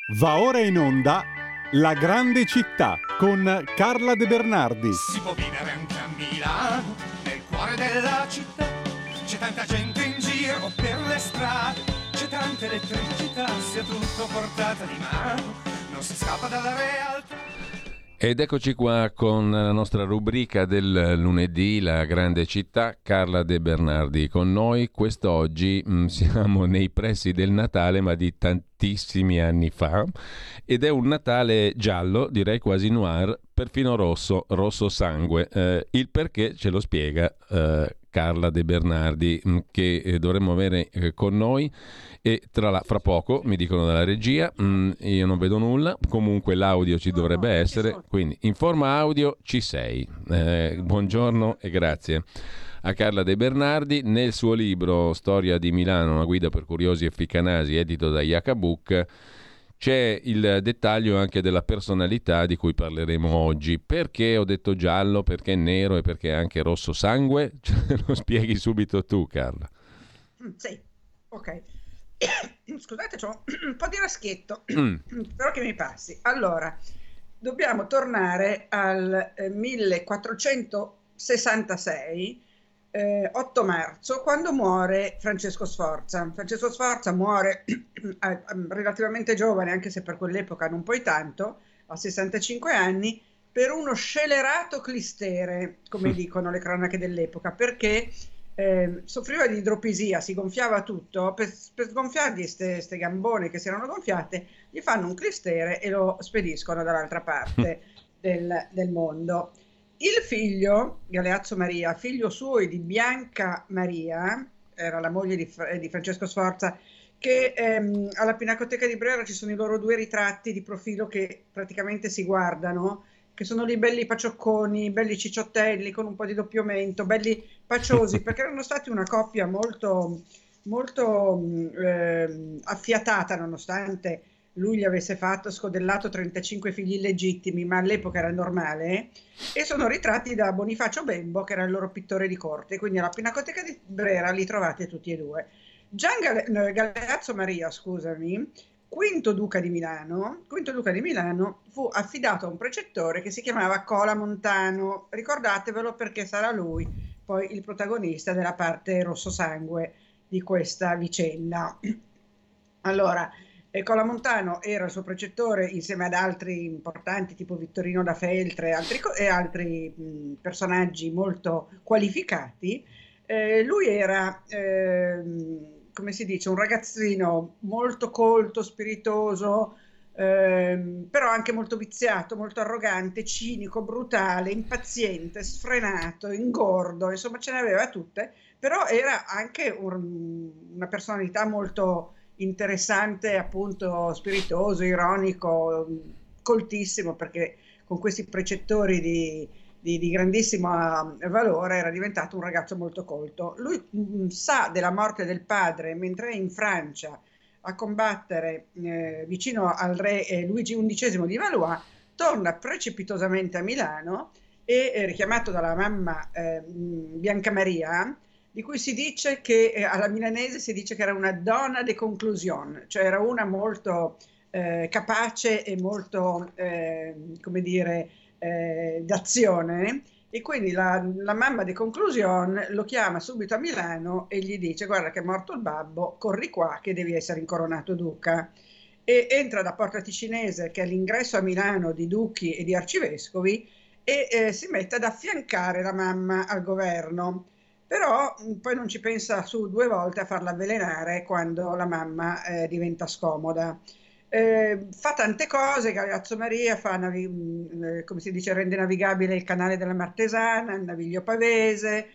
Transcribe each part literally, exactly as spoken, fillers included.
Va ora in onda La grande città con Carla De Bernardi. Si può vivere anche a Milano, nel cuore della città. C'è tanta gente in giro per le strade, c'è tanta elettricità, sia tutto portata di mano, non si scappa dalla realtà. Ed eccoci qua con la nostra rubrica del lunedì, La grande città, Carla De Bernardi con noi. Quest'oggi mh, siamo nei pressi del Natale, ma di tantissimi anni fa, ed è un Natale giallo, direi quasi noir, perfino rosso, rosso sangue. Eh, il perché ce lo spiega eh, Carla De Bernardi, mh, che eh, dovremmo avere eh, con noi. E tra la, fra poco mi dicono dalla regia, mh, io non vedo nulla, comunque l'audio ci dovrebbe essere, quindi in forma audio ci sei. Eh, buongiorno e grazie a Carla De Bernardi. Nel suo libro Storia di Milano, una guida per curiosi e ficcanasi, edito da Iacabook, c'è il dettaglio anche della personalità di cui parleremo oggi. Perché ho detto giallo, perché nero e perché anche rosso sangue? Ce lo spieghi subito tu, Carla. Sì, ok. Scusate, c'ho un po' di raschietto, Mm. però che mi passi. Allora, dobbiamo tornare al eh, millequattrocentosessantasei, eh, otto marzo, quando muore Francesco Sforza. Francesco Sforza muore eh, relativamente giovane, anche se per quell'epoca non poi tanto, a sessantacinque anni, per uno scellerato clistere, come Mm. dicono le cronache dell'epoca, perché Eh, soffriva di idropisia, si gonfiava tutto. Per, per sgonfiargli queste gambone che si erano gonfiate, gli fanno un clistere e lo spediscono dall'altra parte del, del mondo. Il figlio, Galeazzo Maria, figlio suo e di Bianca Maria, era la moglie di, di Francesco Sforza, che ehm, alla Pinacoteca di Brera ci sono i loro due ritratti di profilo che praticamente si guardano, che sono lì belli pacciocconi, belli cicciottelli, con un po' di doppio mento, belli paciosi, perché erano stati una coppia molto, molto eh, affiatata, nonostante lui gli avesse fatto scodellato trentacinque figli illegittimi, ma all'epoca era normale, e sono ritratti da Bonifacio Bembo, che era il loro pittore di corte, quindi alla Pinacoteca di Brera li trovate tutti e due. Gian Gale- no, Galeazzo Maria, scusami, Quinto Duca di Milano, Quinto Duca di Milano fu affidato a un precettore che si chiamava Cola Montano, ricordatevelo perché sarà lui poi il protagonista della parte rosso sangue di questa vicenda. Allora, eh, Cola Montano era il suo precettore insieme ad altri importanti tipo Vittorino da Feltre e altri, co- e altri mh, personaggi molto qualificati. Eh, lui era, ehm, come si dice, un ragazzino molto colto, spiritoso, ehm, però anche molto viziato, molto arrogante, cinico, brutale, impaziente, sfrenato, ingordo, insomma ce ne aveva tutte, però era anche un- una personalità molto interessante, appunto spiritoso, ironico, coltissimo, perché con questi precettori di di, di grandissimo eh, valore, era diventato un ragazzo molto colto. Lui mh, sa della morte del padre mentre è in Francia a combattere eh, vicino al re eh, Luigi undicesimo di Valois, torna precipitosamente a Milano e eh, richiamato dalla mamma eh, Bianca Maria, di cui si dice che eh, alla milanese si dice che era una donna de conclusion, cioè era una molto eh, capace e molto, eh, come dire, eh, d'azione, e quindi la, la mamma di Conclusion lo chiama subito a Milano e gli dice: guarda che è morto il babbo, corri qua che devi essere incoronato duca. E entra da Porta Ticinese, che è l'ingresso a Milano di duchi e di arcivescovi, e eh, si mette ad affiancare la mamma al governo, però mh, poi non ci pensa su due volte a farla avvelenare quando la mamma eh, diventa scomoda. Eh, fa tante cose, Galeazzo Maria fa navi- mh, eh, come si dice, rende navigabile il canale della Martesana, il Naviglio Pavese,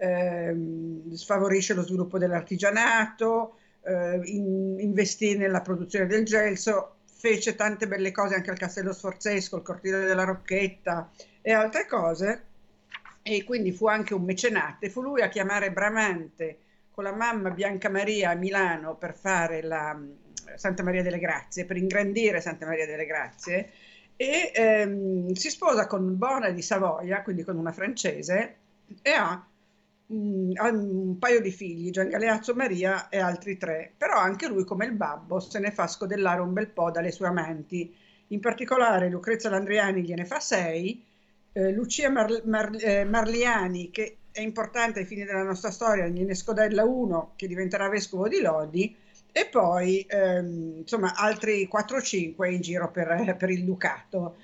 ehm, sfavorisce lo sviluppo dell'artigianato, eh, in- investì nella produzione del gelso, fece tante belle cose anche al Castello Sforzesco, il Cortile della Rocchetta e altre cose, e quindi fu anche un mecenate. Fu lui a chiamare Bramante con la mamma Bianca Maria a Milano per fare la Santa Maria delle Grazie, per ingrandire Santa Maria delle Grazie, e ehm, si sposa con Bona di Savoia, quindi con una francese, e ha mh, ha un paio di figli, Gian Galeazzo Maria e altri tre, però anche lui, come il babbo, se ne fa scodellare un bel po' dalle sue amanti. In particolare Lucrezia Landriani gliene fa sei, eh, Lucia Mar- Mar- eh, Marliani, che è importante ai fini della nostra storia, gliene scodella uno che diventerà vescovo di Lodi, e poi ehm, insomma altri quattro o cinque in giro per, per il Ducato.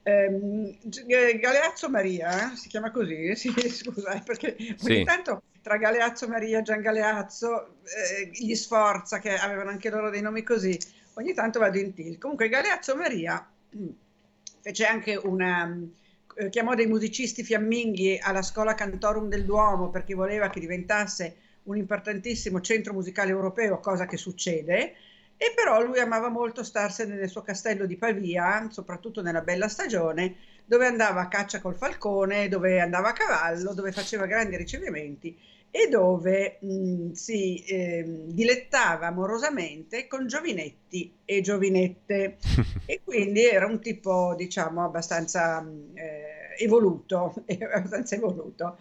Ehm, Galeazzo Maria, eh, si chiama così? Sì, scusa, eh, perché ogni Sì. tanto tra Galeazzo Maria, Gian Galeazzo, eh, gli Sforza, che avevano anche loro dei nomi così, ogni tanto vado in tilt. Comunque Galeazzo Maria mh, fece anche una, eh, chiamò dei musicisti fiamminghi alla Scuola Cantorum del Duomo perché voleva che diventasse un importantissimo centro musicale europeo, cosa che succede. E però lui amava molto starsene nel suo castello di Pavia, soprattutto nella bella stagione, dove andava a caccia col falcone, dove andava a cavallo, dove faceva grandi ricevimenti e dove mh, si eh, dilettava amorosamente con giovinetti e giovinette. E quindi era un tipo, diciamo, abbastanza eh, evoluto, abbastanza evoluto.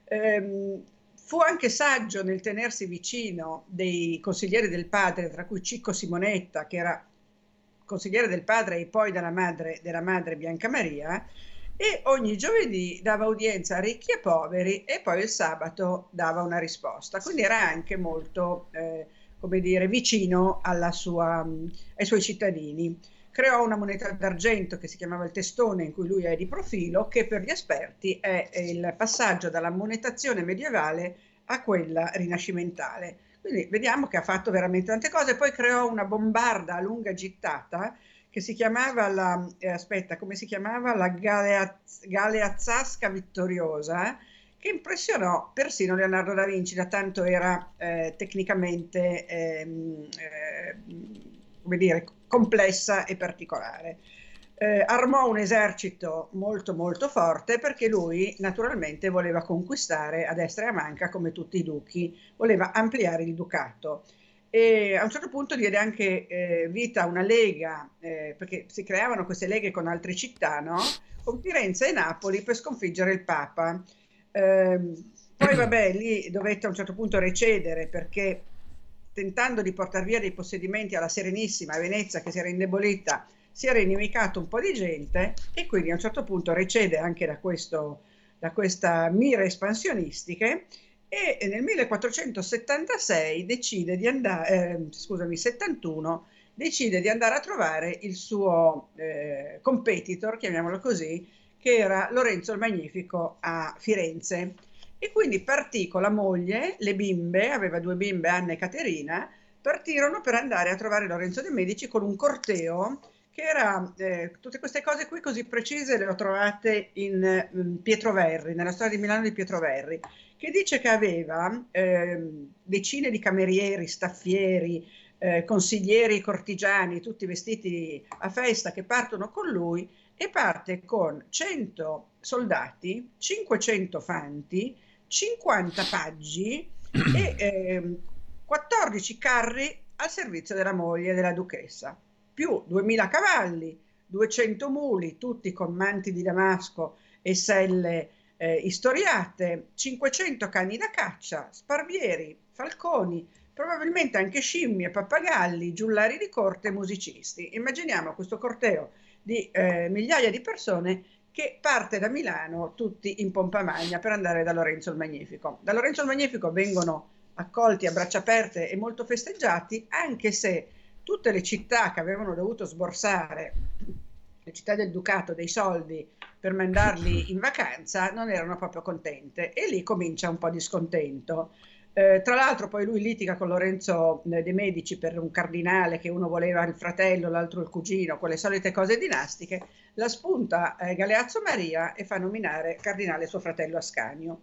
Ehm, Fu anche saggio nel tenersi vicino dei consiglieri del padre, tra cui Cicco Simonetta, che era consigliere del padre e poi della madre, della madre Bianca Maria, e ogni giovedì dava udienza a ricchi e poveri e poi il sabato dava una risposta. Quindi era anche molto, eh, come dire, vicino alla sua, ai suoi cittadini. Creò una moneta d'argento che si chiamava il testone, in cui lui è di profilo, che per gli esperti è il passaggio dalla monetazione medievale a quella rinascimentale. Quindi vediamo che ha fatto veramente tante cose. Poi creò una bombarda a lunga gittata che si chiamava la, eh, aspetta, come si chiamava? La Galeaz- Galeazzasca Vittoriosa, che impressionò persino Leonardo da Vinci, da tanto era eh, tecnicamente, ehm, eh, come dire, complessa e particolare. Eh, armò un esercito molto molto forte perché lui naturalmente voleva conquistare a destra e a manca, come tutti i duchi, voleva ampliare il ducato. E a un certo punto diede anche eh, vita a una lega, eh, perché si creavano queste leghe con altre città, no? Con Firenze e Napoli per sconfiggere il Papa. Eh, poi vabbè, lì dovette a un certo punto recedere perché tentando di portare via dei possedimenti alla Serenissima a Venezia, che si era indebolita, si era inimicato un po' di gente e quindi a un certo punto recede anche da, questo, da questa mire espansionistiche e nel millequattrocentosettantasei decide di andare, eh, scusami, settantuno, decide di andare a trovare il suo eh, competitor, chiamiamolo così, che era Lorenzo il Magnifico a Firenze. E quindi partì con la moglie, le bimbe, aveva due bimbe, Anna e Caterina, partirono per andare a trovare Lorenzo de' Medici con un corteo che era, eh, tutte queste cose qui così precise le ho trovate in um, Pietro Verri, nella storia di Milano di Pietro Verri, che dice che aveva eh, decine di camerieri, staffieri, eh, consiglieri, cortigiani, tutti vestiti a festa che partono con lui e parte con cento soldati, cinquecento fanti, cinquanta paggi e eh, quattordici carri al servizio della moglie della duchessa, più duemila cavalli, duecento muli, tutti con manti di damasco e selle eh, istoriate, cinquecento cani da caccia, sparvieri, falconi, probabilmente anche scimmie, pappagalli, giullari di corte e musicisti. Immaginiamo questo corteo di eh, migliaia di persone che parte da Milano tutti in pompa magna per andare da Lorenzo il Magnifico. Da Lorenzo il Magnifico vengono accolti a braccia aperte e molto festeggiati, anche se tutte le città che avevano dovuto sborsare, le città del Ducato, dei soldi per mandarli in vacanza, non erano proprio contente e lì comincia un po' di scontento. Eh, tra l'altro poi lui litiga con Lorenzo eh, de' Medici per un cardinale che uno voleva il fratello, l'altro il cugino, quelle solite cose dinastiche, la spunta eh, Galeazzo Maria e fa nominare cardinale suo fratello Ascanio.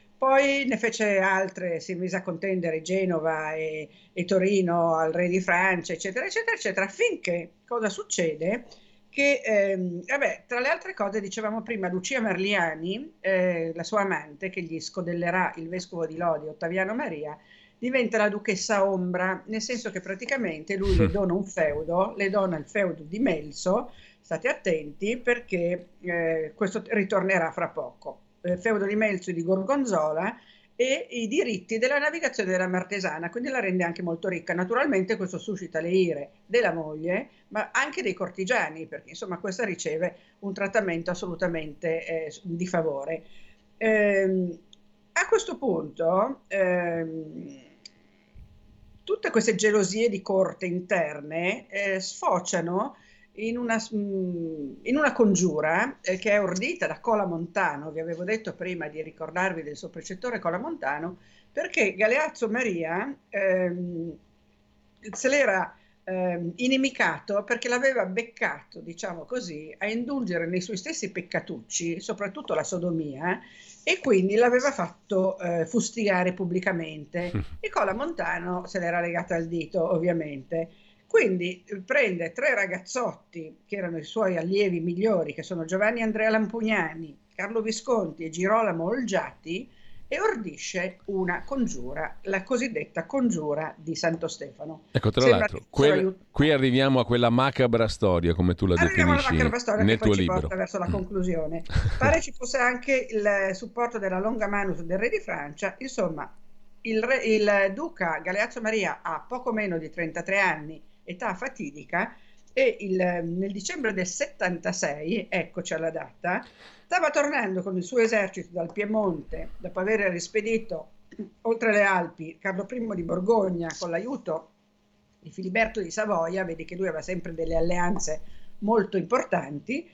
Poi ne fece altre, si mise a contendere Genova e, e Torino al re di Francia, eccetera, eccetera, eccetera, finché cosa succede? Che, ehm, vabbè, tra le altre cose, dicevamo prima, Lucia Marliani, eh, la sua amante, che gli scodellerà il vescovo di Lodi, Ottaviano Maria, diventa la duchessa ombra, nel senso che praticamente lui le dona un feudo, le dona il feudo di Melso, state attenti perché eh, questo ritornerà fra poco. Eh, feudo di Melzo e di Gorgonzola, e i diritti della navigazione della Martesana, quindi la rende anche molto ricca. Naturalmente questo suscita le ire della moglie, ma anche dei cortigiani, perché insomma questa riceve un trattamento assolutamente eh, di favore. Ehm, a questo punto ehm, tutte queste gelosie di corte interne eh, sfociano in una, in una congiura eh, che è ordita da Cola Montano. Vi avevo detto prima di ricordarvi del suo precettore Cola Montano, perché Galeazzo Maria ehm, se l'era ehm, inimicato perché l'aveva beccato, diciamo così, a indulgere nei suoi stessi peccatucci, soprattutto la sodomia, e quindi l'aveva fatto eh, fustigare pubblicamente. E Cola Montano se l'era legata al dito, ovviamente. Quindi prende tre ragazzotti che erano i suoi allievi migliori, che sono Giovanni Andrea Lampugnani, Carlo Visconti e Girolamo Olgiati, e ordisce una congiura, la cosiddetta congiura di Santo Stefano. Ecco, tra Sembra l'altro, che quel, aiut- qui arriviamo a quella macabra storia, come tu la Arriviamo alla definisci macabra storia nel che poi tuo ci libro. porta verso la Mm. conclusione. Pare ci fosse anche il supporto della longa manus del re di Francia. Insomma, il, re, il duca Galeazzo Maria ha poco meno di trentatré anni, età fatidica, e il, nel dicembre del settantasei, eccoci alla data, stava tornando con il suo esercito dal Piemonte, dopo aver rispedito oltre le Alpi Carlo I di Borgogna con l'aiuto di Filiberto di Savoia. Vedi che lui aveva sempre delle alleanze molto importanti.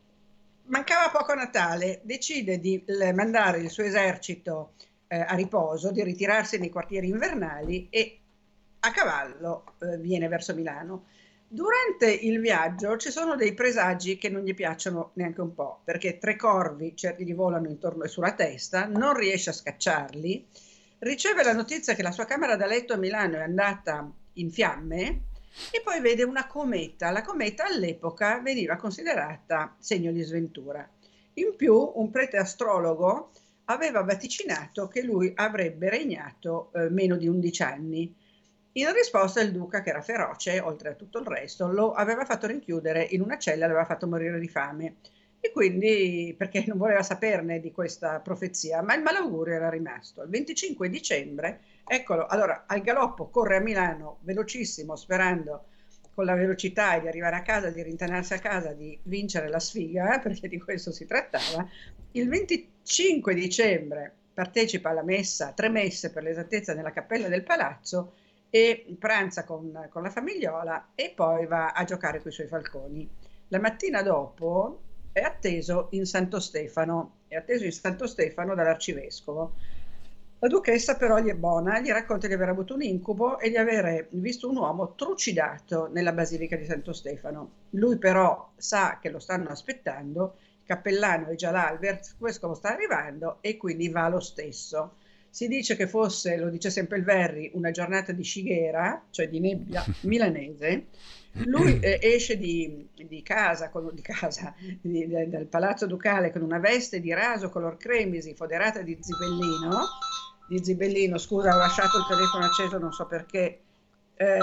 Mancava poco a Natale, decide di eh, mandare il suo esercito eh, a riposo, di ritirarsi nei quartieri invernali, e a cavallo eh, viene verso Milano. Durante il viaggio ci sono dei presagi che non gli piacciono neanche un po', perché tre corvi certi gli volano intorno e sulla testa, non riesce a scacciarli, riceve la notizia che la sua camera da letto a Milano è andata in fiamme, e poi vede una cometa. La cometa all'epoca veniva considerata segno di sventura. In più, un prete astrologo aveva vaticinato che lui avrebbe regnato eh, meno di undici anni. In risposta il duca, che era feroce, oltre a tutto il resto, lo aveva fatto rinchiudere in una cella, l'aveva fatto morire di fame. E quindi, perché non voleva saperne di questa profezia, ma il malaugurio era rimasto. Il venticinque dicembre, eccolo, allora al galoppo corre a Milano, velocissimo, sperando con la velocità di arrivare a casa, di rintanarsi a casa, di vincere la sfiga, eh, perché di questo si trattava. Il venticinque dicembre partecipa alla messa, tre messe per l'esattezza, nella cappella del palazzo, e pranza con, con la famigliola, e poi va a giocare con i suoi falconi. La mattina dopo è atteso in Santo Stefano, è atteso in Santo Stefano dall'arcivescovo. La duchessa però gli è buona, gli racconta di aver avuto un incubo e di aver visto un uomo trucidato nella basilica di Santo Stefano. Lui però sa che lo stanno aspettando, il cappellano è già là, il vescovo sta arrivando, e quindi va lo stesso. Si dice che fosse, lo dice sempre il Verri, una giornata di scighera, cioè di nebbia milanese. Lui eh, esce di, di casa, con, di casa di, de, dal palazzo ducale, con una veste di raso color cremisi foderata di zibellino, di zibellino, scusa, ho lasciato il telefono acceso, non so perché, eh,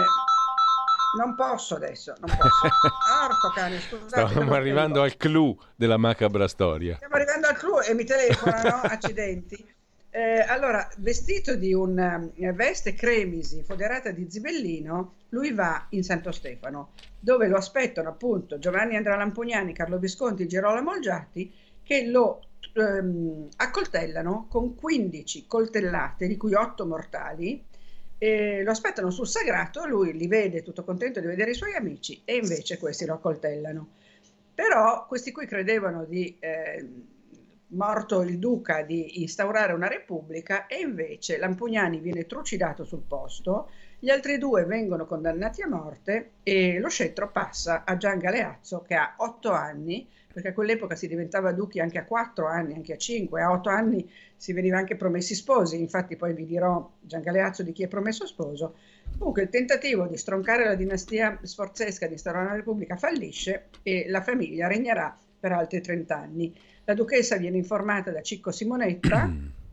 non posso adesso, non posso. Porco cane, scusate. Stavamo arrivando al clou della macabra storia. Stiamo arrivando al clou e mi telefonano, accidenti. Eh, allora, vestito di una veste cremisi foderata di zibellino, lui va in Santo Stefano, dove lo aspettano appunto Giovanni Andrea Lampugnani, Carlo Visconti e Girolamo Olgiati, che lo ehm, accoltellano con quindici coltellate, di cui otto mortali. E lo aspettano sul sagrato, lui li vede tutto contento di vedere i suoi amici, e invece questi lo accoltellano. Però questi qui credevano di... Eh, morto il duca, di instaurare una repubblica, e invece Lampugnani viene trucidato sul posto, gli altri due vengono condannati a morte, e lo scettro passa a Gian Galeazzo, che ha otto anni, perché a quell'epoca si diventava duchi anche a quattro anni, anche a cinque, a otto anni si veniva anche promessi sposi. Infatti poi vi dirò, Gian Galeazzo, di chi è promesso sposo. Comunque il tentativo di stroncare la dinastia sforzesca, di instaurare una repubblica, fallisce, e la famiglia regnerà per altri trenta anni. La duchessa viene informata da Cicco Simonetta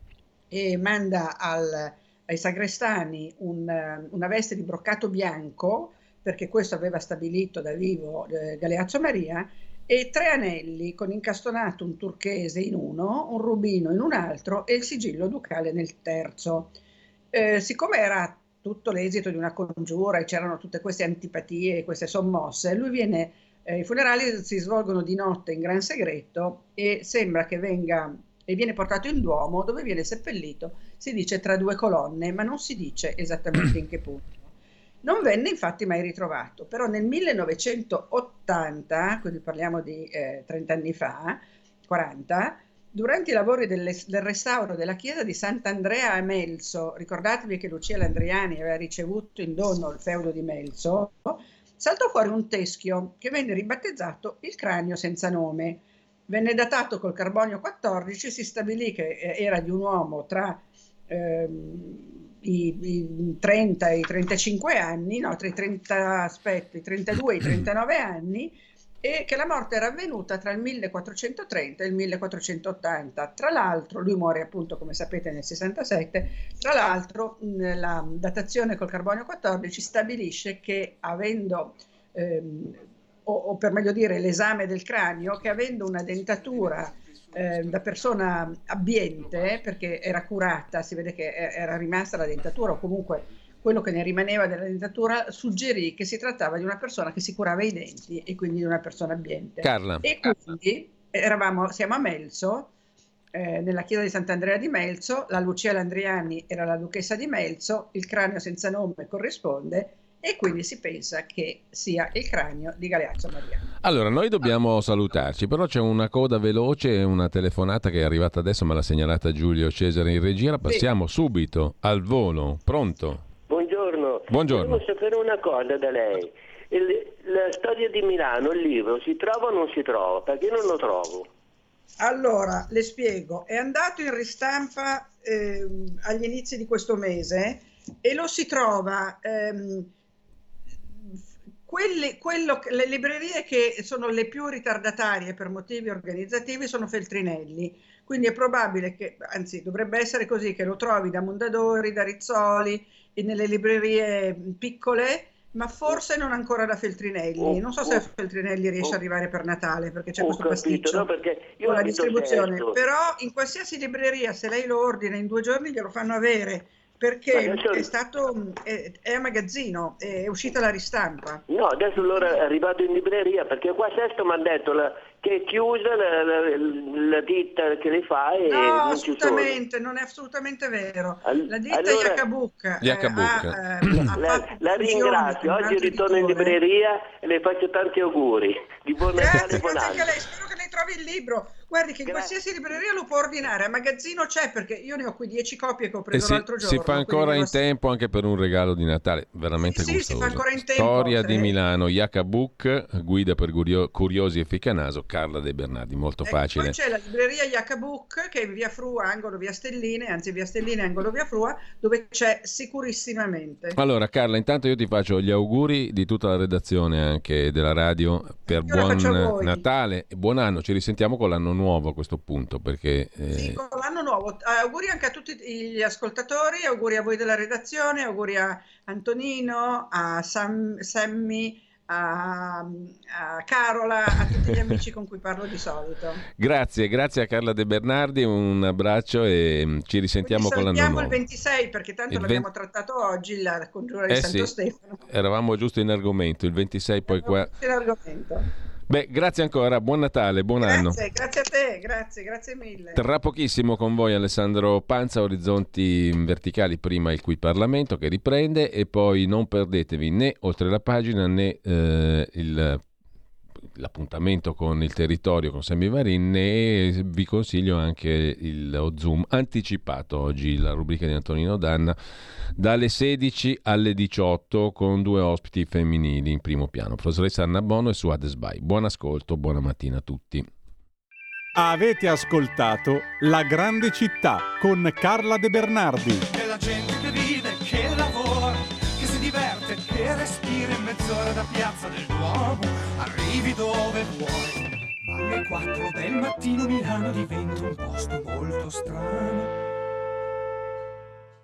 e manda al, ai sagrestani un, una veste di broccato bianco, perché questo aveva stabilito da vivo eh, Galeazzo Maria, e tre anelli con incastonato un turchese in uno, un rubino in un altro e il sigillo ducale nel terzo. Eh, siccome era tutto l'esito di una congiura e c'erano tutte queste antipatie, queste sommosse, lui viene, eh, i funerali si svolgono di notte in gran segreto e sembra che venga e viene portato in Duomo, dove viene seppellito, si dice tra due colonne, ma non si dice esattamente in che punto. Non venne infatti mai ritrovato, però nel millenovecentottanta, quindi parliamo di eh, trenta anni fa, quaranta, durante i lavori del, del restauro della chiesa di Sant'Andrea a Melzo, ricordatevi che Lucia Landriani aveva ricevuto in dono il feudo di Melzo, saltò fuori un teschio che venne ribattezzato il cranio senza nome. Venne datato col carbonio quattordici, si stabilì che era di un uomo tra ehm, i, i trenta e i trentacinque anni, no, tra i trenta, aspetta, i trentadue e i trentanove anni, e che la morte era avvenuta tra il millequattrocentotrenta e il millequattrocentottanta. Tra l'altro, lui muore appunto, come sapete, nel sessantasette, tra l'altro la datazione col carbonio quattordici stabilisce che avendo... Ehm, O, o per meglio dire l'esame del cranio, che avendo una dentatura eh, da persona abbiente, perché era curata, si vede che era rimasta la dentatura o comunque quello che ne rimaneva della dentatura, suggerì che si trattava di una persona che si curava i denti e quindi di una persona abbiente. Carla. E quindi eravamo, siamo a Melzo, eh, nella chiesa di Sant'Andrea di Melzo, la Lucia Landriani era la duchessa di Melzo, il cranio senza nome corrisponde, e quindi si pensa che sia il cranio di Galeazzo Mariano. Allora, noi dobbiamo salutarci, però c'è una coda veloce, una telefonata che è arrivata adesso, me l'ha segnalata Giulio Cesare in regia, la passiamo sì. subito, al volo. Pronto? Buongiorno. Buongiorno. Volevo sapere una cosa da lei. Il, la storia di Milano, il libro, si trova o non si trova? Perché io non lo trovo. Allora, le spiego. È andato in ristampa eh, agli inizi di questo mese e lo si trova... Ehm, Quelli, quello, le librerie che sono le più ritardatarie per motivi organizzativi sono Feltrinelli, quindi è probabile che, anzi dovrebbe essere così, che lo trovi da Mondadori, da Rizzoli e nelle librerie piccole, ma forse non ancora da Feltrinelli. Non so se Feltrinelli riesce ad arrivare per Natale, perché c'è questo pasticcio no, perché io con la distribuzione, certo. Però in qualsiasi libreria, se lei lo ordina in due giorni, glielo fanno avere. Perché è stato è, è a magazzino, è uscita la ristampa. No, adesso allora è arrivato in libreria, perché qua Sesto mi ha detto la, che è chiusa la, la, la ditta che le fa e no, non assolutamente, non è assolutamente vero. La ditta allora, Jacobook eh, ha, eh, la, la ringrazio, oggi ritorno in libreria e le faccio tanti auguri di buon Natale e buon anno. Lei, spero che lei trovi il libro. Guardi che in Grazie. qualsiasi libreria lo può ordinare, a magazzino c'è, perché io ne ho qui dieci copie che ho preso e si, l'altro giorno. Si fa ancora in devo... tempo anche per un regalo di Natale, veramente sì, gustoso. Sì, si fa ancora in tempo. Storia se... di Milano, Jacobook, guida per curio- curiosi e ficcanaso, Carla De Bernardi, molto ecco, facile. Poi c'è la libreria Jacobook che è in via Frua, angolo via Stelline, anzi via Stelline, angolo via Frua, dove c'è sicurissimamente. Allora Carla, intanto io ti faccio gli auguri di tutta la redazione anche della radio per io buon Natale e buon anno, ci risentiamo con l'anno nuovo a questo punto. Perché, eh... Sì, con l'anno nuovo. Auguri anche a tutti gli ascoltatori, auguri a voi della redazione, auguri a Antonino, a Sam, Sammy, a, a Carola, a tutti gli amici con cui parlo di solito. Grazie, grazie a Carla De Bernardi, un abbraccio e ci risentiamo con l'anno nuovo. il ventisei perché tanto il l'abbiamo venti... trattato oggi, la congiura di eh Santo sì, Stefano. Eravamo giusto in argomento, il ventisei poi qua... In argomento. Beh, grazie ancora, buon Natale, buon grazie, anno. Grazie a te, grazie, grazie mille. Tra pochissimo con voi Alessandro Panza, Orizzonti Verticali, prima il Qui Parlamento che riprende e poi non perdetevi né Oltre la Pagina né eh, il, l'appuntamento con il territorio con Sammy Varin, né vi consiglio anche il, lo Zoom anticipato oggi, la rubrica di Antonino Danna dalle sedici alle diciotto con due ospiti femminili in primo piano, professoressa Anna Bono e Suad Sbai. Buon ascolto, buona mattina a tutti. Avete ascoltato La Grande Città con Carla De Bernardi. È la gente che vive, che lavora, che si diverte, che respira in mezz'ora da Piazza del Duomo, arrivi dove vuoi. Ma alle quattro del mattino Milano diventa un posto molto strano.